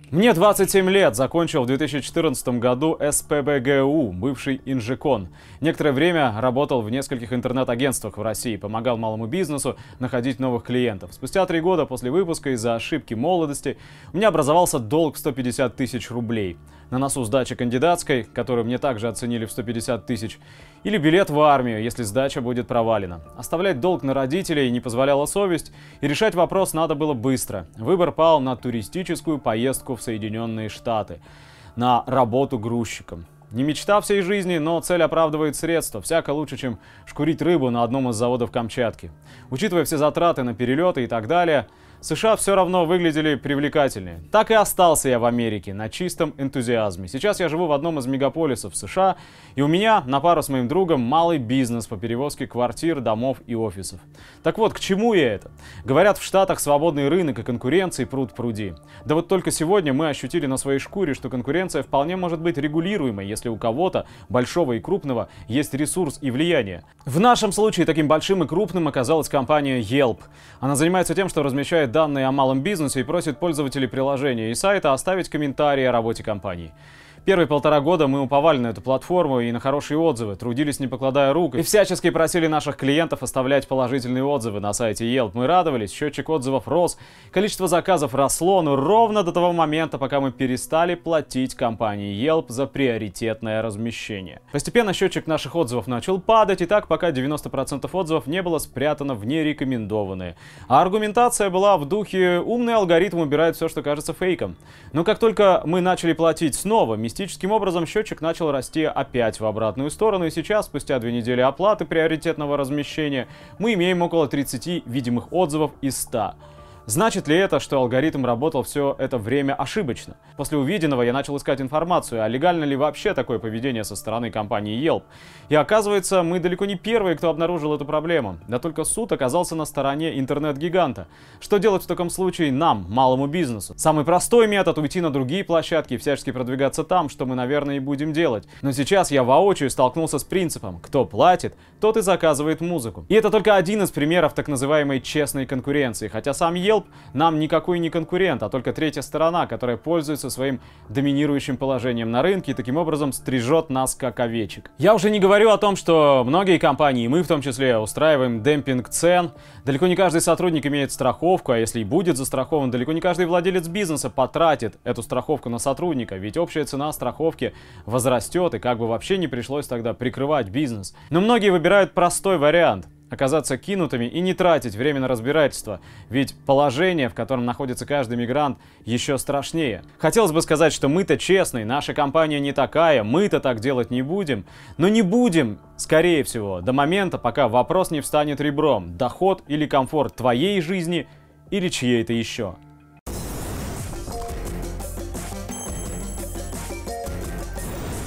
Мне 27 лет, закончил в 2014 году СПбГУ, бывший Инжикон. Некоторое время работал в нескольких интернет-агентствах в России, помогал малому бизнесу находить новых клиентов. Спустя 3 года после выпуска из-за ошибки молодости у меня образовался долг в 150 тысяч рублей. На носу сдача кандидатской, которую мне также оценили в 150 тысяч, или билет в армию, если сдача будет провалена. Оставлять долг на родителей не позволяла совесть, и решать вопрос надо было быстро. Выбор пал на туристическую поездку в Соединенные Штаты, на работу грузчиком. Не мечта всей жизни, но цель оправдывает средства. Всяко лучше, чем шкурить рыбу на одном из заводов Камчатки. Учитывая все затраты на перелеты и так далее, США все равно выглядели привлекательнее. Так и остался я в Америке на чистом энтузиазме. Сейчас я живу в одном из мегаполисов США, и у меня на пару с моим другом малый бизнес по перевозке квартир, домов и офисов. Так вот, к чему я это? Говорят, в Штатах свободный рынок и конкуренции пруд пруди. Да вот только сегодня мы ощутили на своей шкуре, что конкуренция вполне может быть регулируемой, если у кого-то, большого и крупного, есть ресурс и влияние. В нашем случае таким большим и крупным оказалась компания Yelp. Она занимается тем, что размещает данные о малом бизнесе и просит пользователей приложения и сайта оставить комментарии о работе компании. Первые 1,5 года мы уповали на эту платформу и на хорошие отзывы, трудились не покладая рук и всячески просили наших клиентов оставлять положительные отзывы на сайте Yelp. Мы радовались, счетчик отзывов рос, количество заказов росло, но ровно до того момента, пока мы перестали платить компании Yelp за приоритетное размещение. Постепенно счетчик наших отзывов начал падать, и так пока 90% отзывов не было спрятано в нерекомендованные. А аргументация была в духе «умный алгоритм убирает все, что кажется фейком». Но как только мы начали платить снова, мистическим образом счетчик начал расти опять в обратную сторону, и сейчас, спустя 2 недели оплаты приоритетного размещения, мы имеем около 30 видимых отзывов из 100. Значит ли это, что алгоритм работал все это время ошибочно? После увиденного я начал искать информацию, а легально ли вообще такое поведение со стороны компании Yelp. И оказывается, мы далеко не первые, кто обнаружил эту проблему. Да только суд оказался на стороне интернет-гиганта. Что делать в таком случае нам, малому бизнесу? Самый простой метод — уйти на другие площадки и всячески продвигаться там, что мы, наверное, и будем делать. Но сейчас я воочию столкнулся с принципом: кто платит, тот и заказывает музыку. И это только один из примеров так называемой честной конкуренции, хотя сам Yelp нам никакой не конкурент, а только третья сторона, которая пользуется своим доминирующим положением на рынке и таким образом стрижет нас как овечек. Я уже не говорю о том, что многие компании, и мы в том числе, устраиваем демпинг цен. Далеко не каждый сотрудник имеет страховку, а если и будет застрахован, далеко не каждый владелец бизнеса потратит эту страховку на сотрудника, ведь общая цена страховки возрастет, и как бы вообще не пришлось тогда прикрывать бизнес. Но многие выбирают простой вариант — оказаться кинутыми и не тратить время на разбирательство, ведь положение, в котором находится каждый мигрант, еще страшнее. Хотелось бы сказать, что мы-то честные, наша компания не такая, мы-то так делать не будем, но не будем, скорее всего, до момента, пока вопрос не встанет ребром: доход или комфорт твоей жизни или чьей-то еще.